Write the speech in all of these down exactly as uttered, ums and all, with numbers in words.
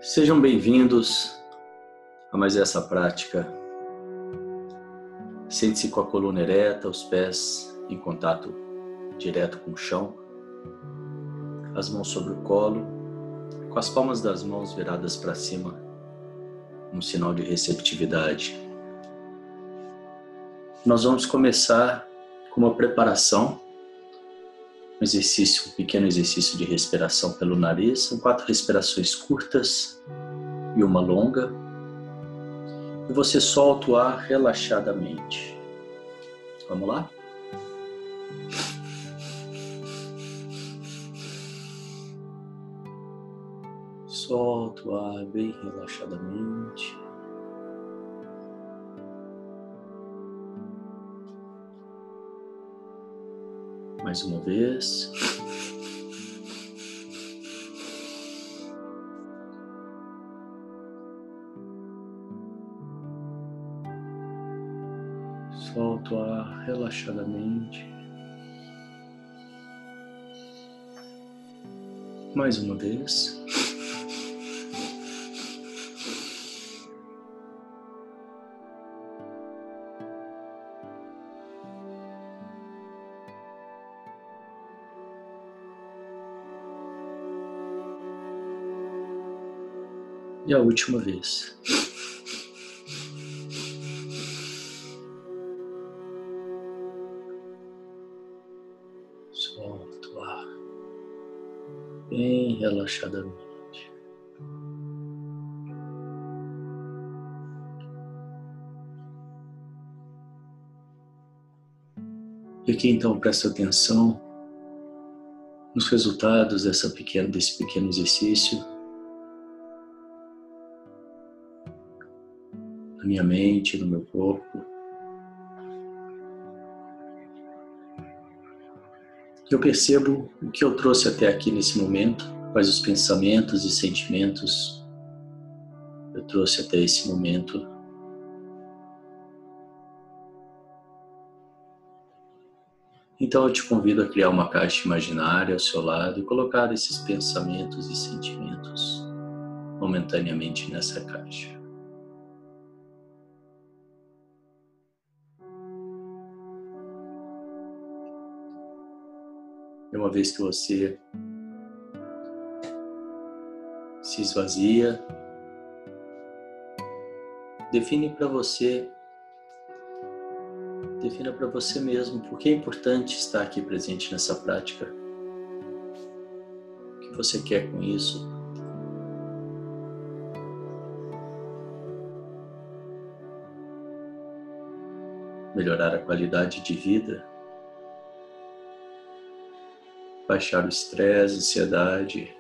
Sejam bem-vindos a mais essa prática. Sente-se com a coluna ereta, os pés em contato direto com o chão, as mãos sobre o colo, com as palmas das mãos viradas para cima, um sinal de receptividade. Nós vamos começar com uma preparação, um exercício, um pequeno exercício de respiração pelo nariz. São quatro respirações curtas e uma longa. E você solta o ar relaxadamente. Vamos lá? Solta o ar bem relaxadamente. Mais uma vez. Solta o ar relaxadamente. Mais uma vez. E a última vez. Solta o ar bem relaxadamente. E aqui então presta atenção nos resultados dessa pequena, desse pequeno exercício. Na minha mente, no meu corpo. Eu percebo o que eu trouxe até aqui nesse momento, quais os pensamentos e sentimentos eu trouxe até esse momento. Então eu te convido a criar uma caixa imaginária ao seu lado e colocar esses pensamentos e sentimentos momentaneamente nessa caixa. E uma vez que você se esvazia, define para você, defina para você mesmo por que é importante estar aqui presente nessa prática. O que você quer com isso? Melhorar a qualidade de vida? Baixar o estresse, a ansiedade?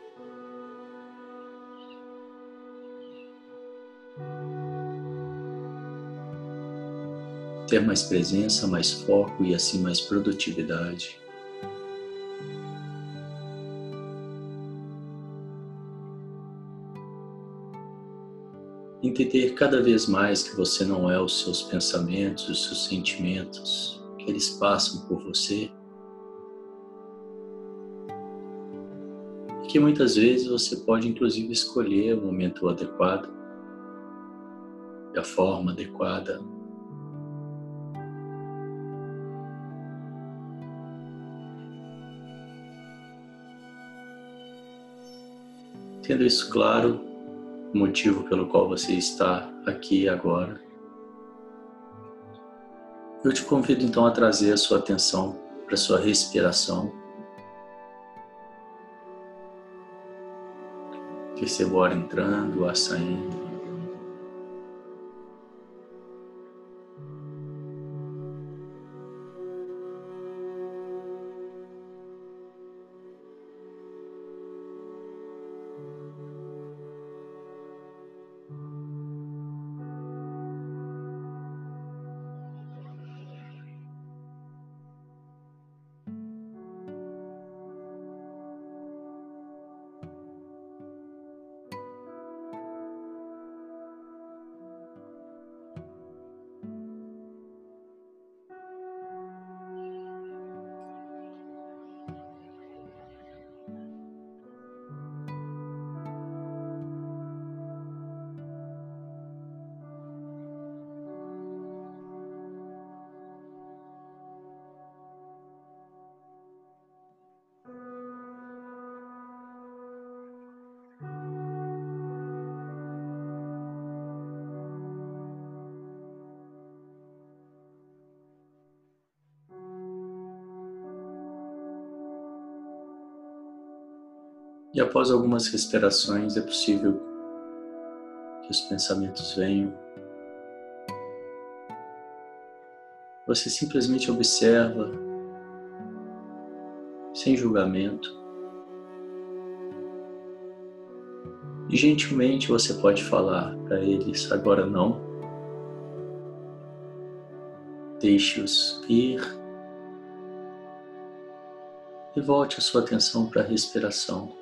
Ter mais presença, mais foco e assim mais produtividade. Entender cada vez mais que você não é os seus pensamentos, os seus sentimentos, que eles passam por você. E que muitas vezes você pode inclusive escolher o momento adequado e a forma adequada. Tendo isso claro, o motivo pelo qual você está aqui agora, eu te convido então a trazer a sua atenção para a sua respiração. Perceba o ar entrando, o ar saindo. E após algumas respirações é possível que os pensamentos venham. Você simplesmente observa, sem julgamento, e gentilmente você pode falar para eles: agora não, deixe-os ir e volte a sua atenção para a respiração.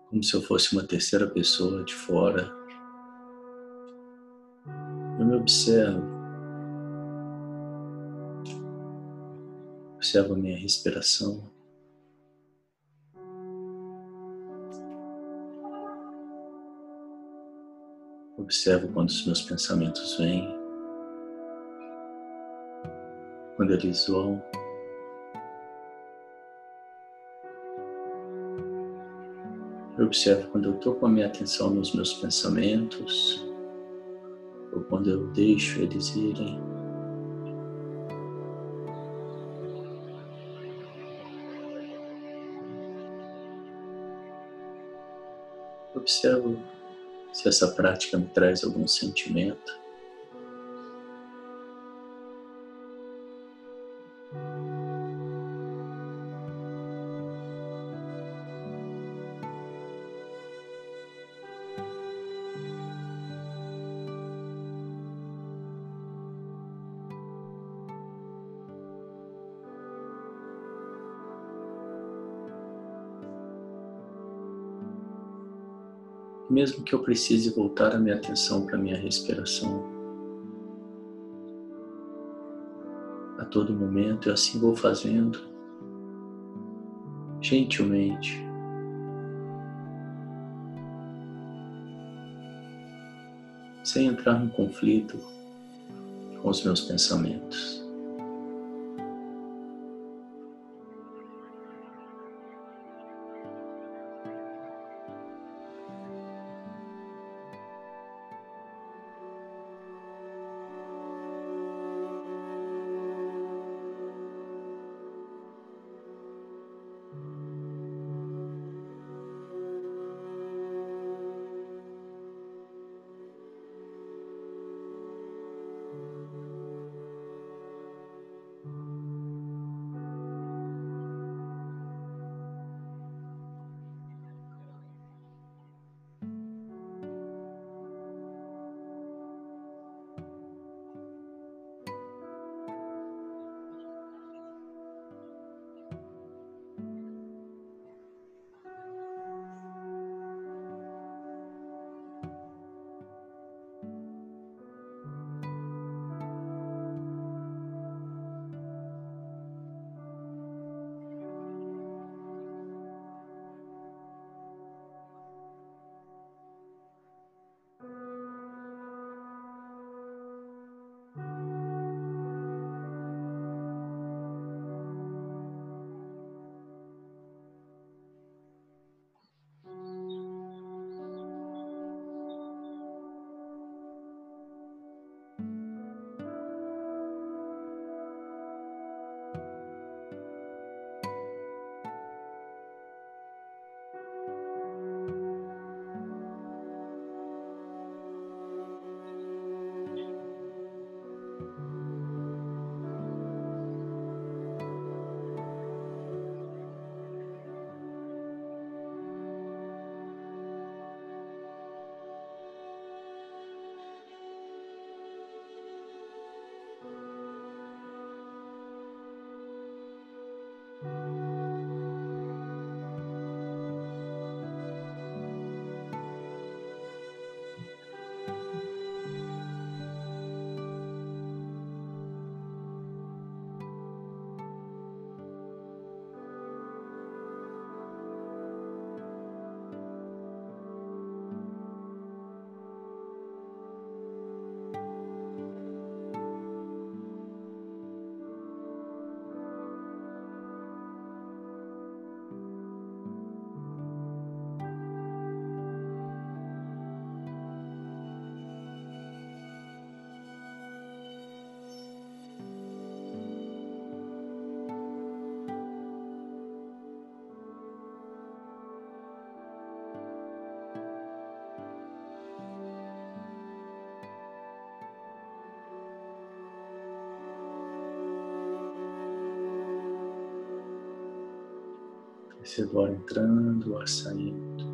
como se eu fosse uma terceira pessoa de fora. Eu me observo, observo a minha respiração, observo quando os meus pensamentos vêm, quando eles vão. Eu observo quando eu estou com a minha atenção nos meus pensamentos, ou quando eu deixo eles irem. Observo se essa prática me traz algum sentimento. Mesmo que eu precise voltar a minha atenção para a minha respiração a todo momento, eu assim vou fazendo gentilmente, sem entrar em conflito com os meus pensamentos. Percebo o ar entrando, o ar saindo.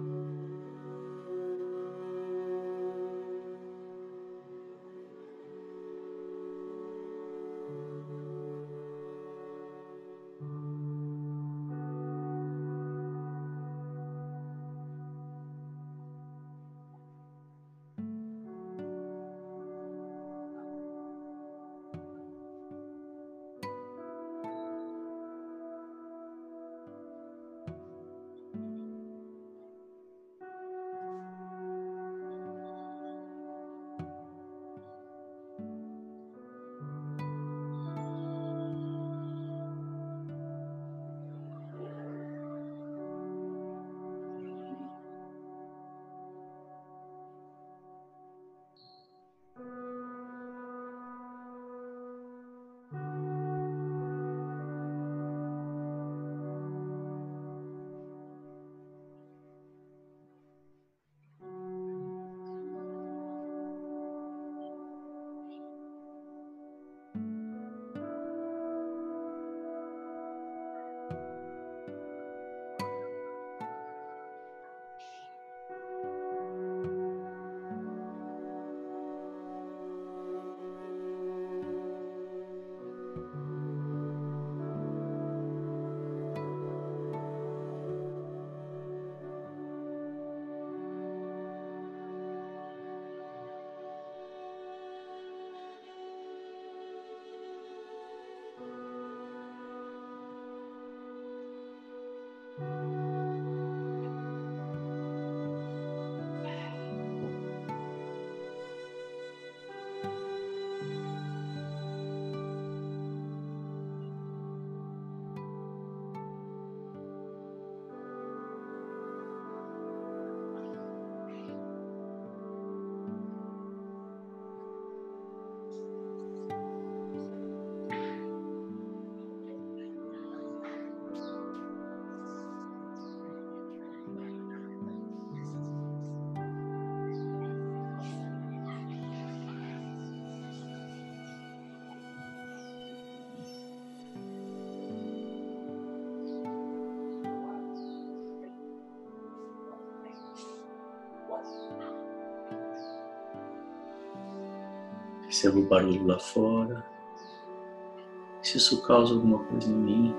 Perceba o barulho lá fora. Se isso causa alguma coisa em mim,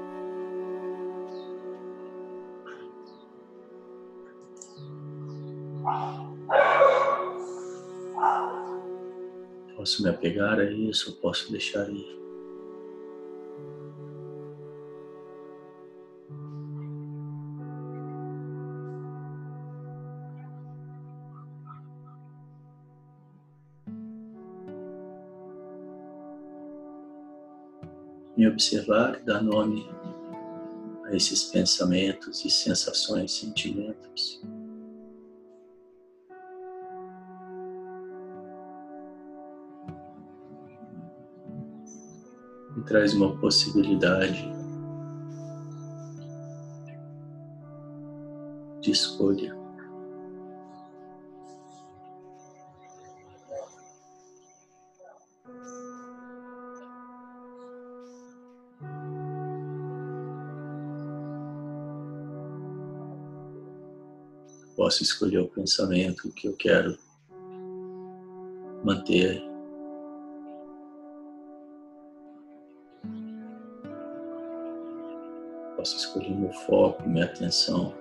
posso me apegar a isso, ou posso deixar ir. Me observar e dar nome a esses pensamentos e sensações, sentimentos. Me traz uma possibilidade de escolha. Posso escolher o pensamento que eu quero manter. Posso escolher meu foco, minha atenção.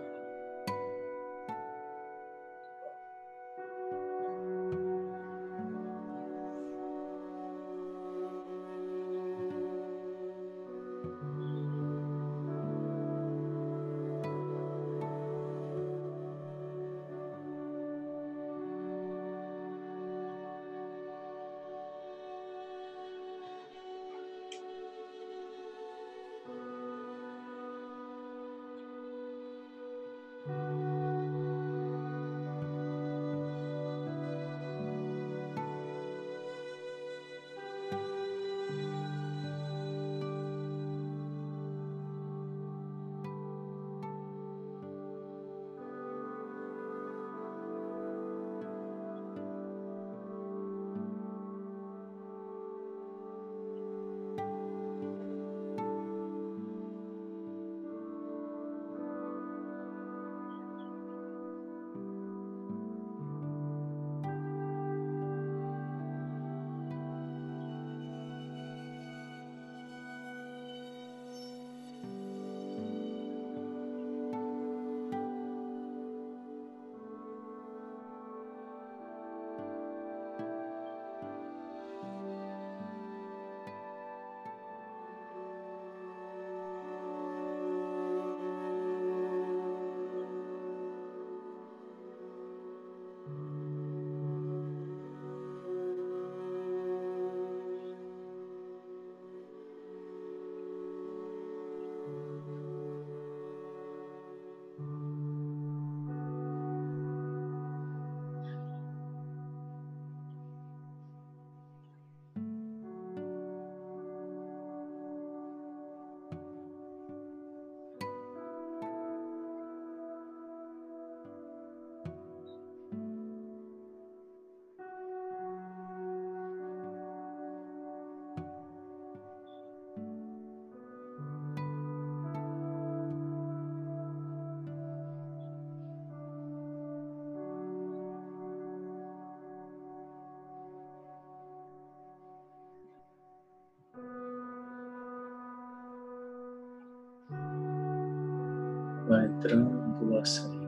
Vai entrando, vai saindo.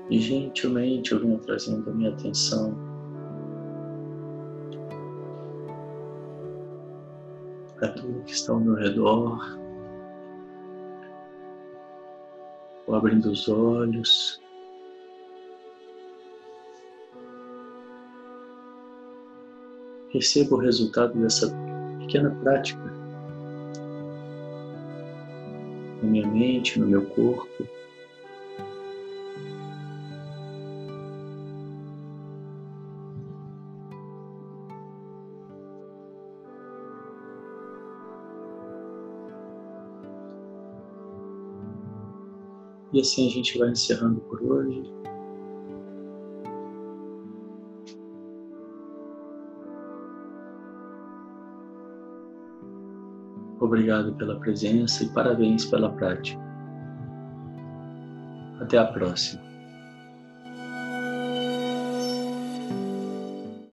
E gentilmente eu venho trazendo a minha atenção para tudo que está ao meu redor. Vou abrindo os olhos. Recebo o resultado dessa pequena prática na minha mente, no meu corpo. E assim a gente vai encerrando por hoje. Obrigado pela presença e parabéns pela prática. Até a próxima.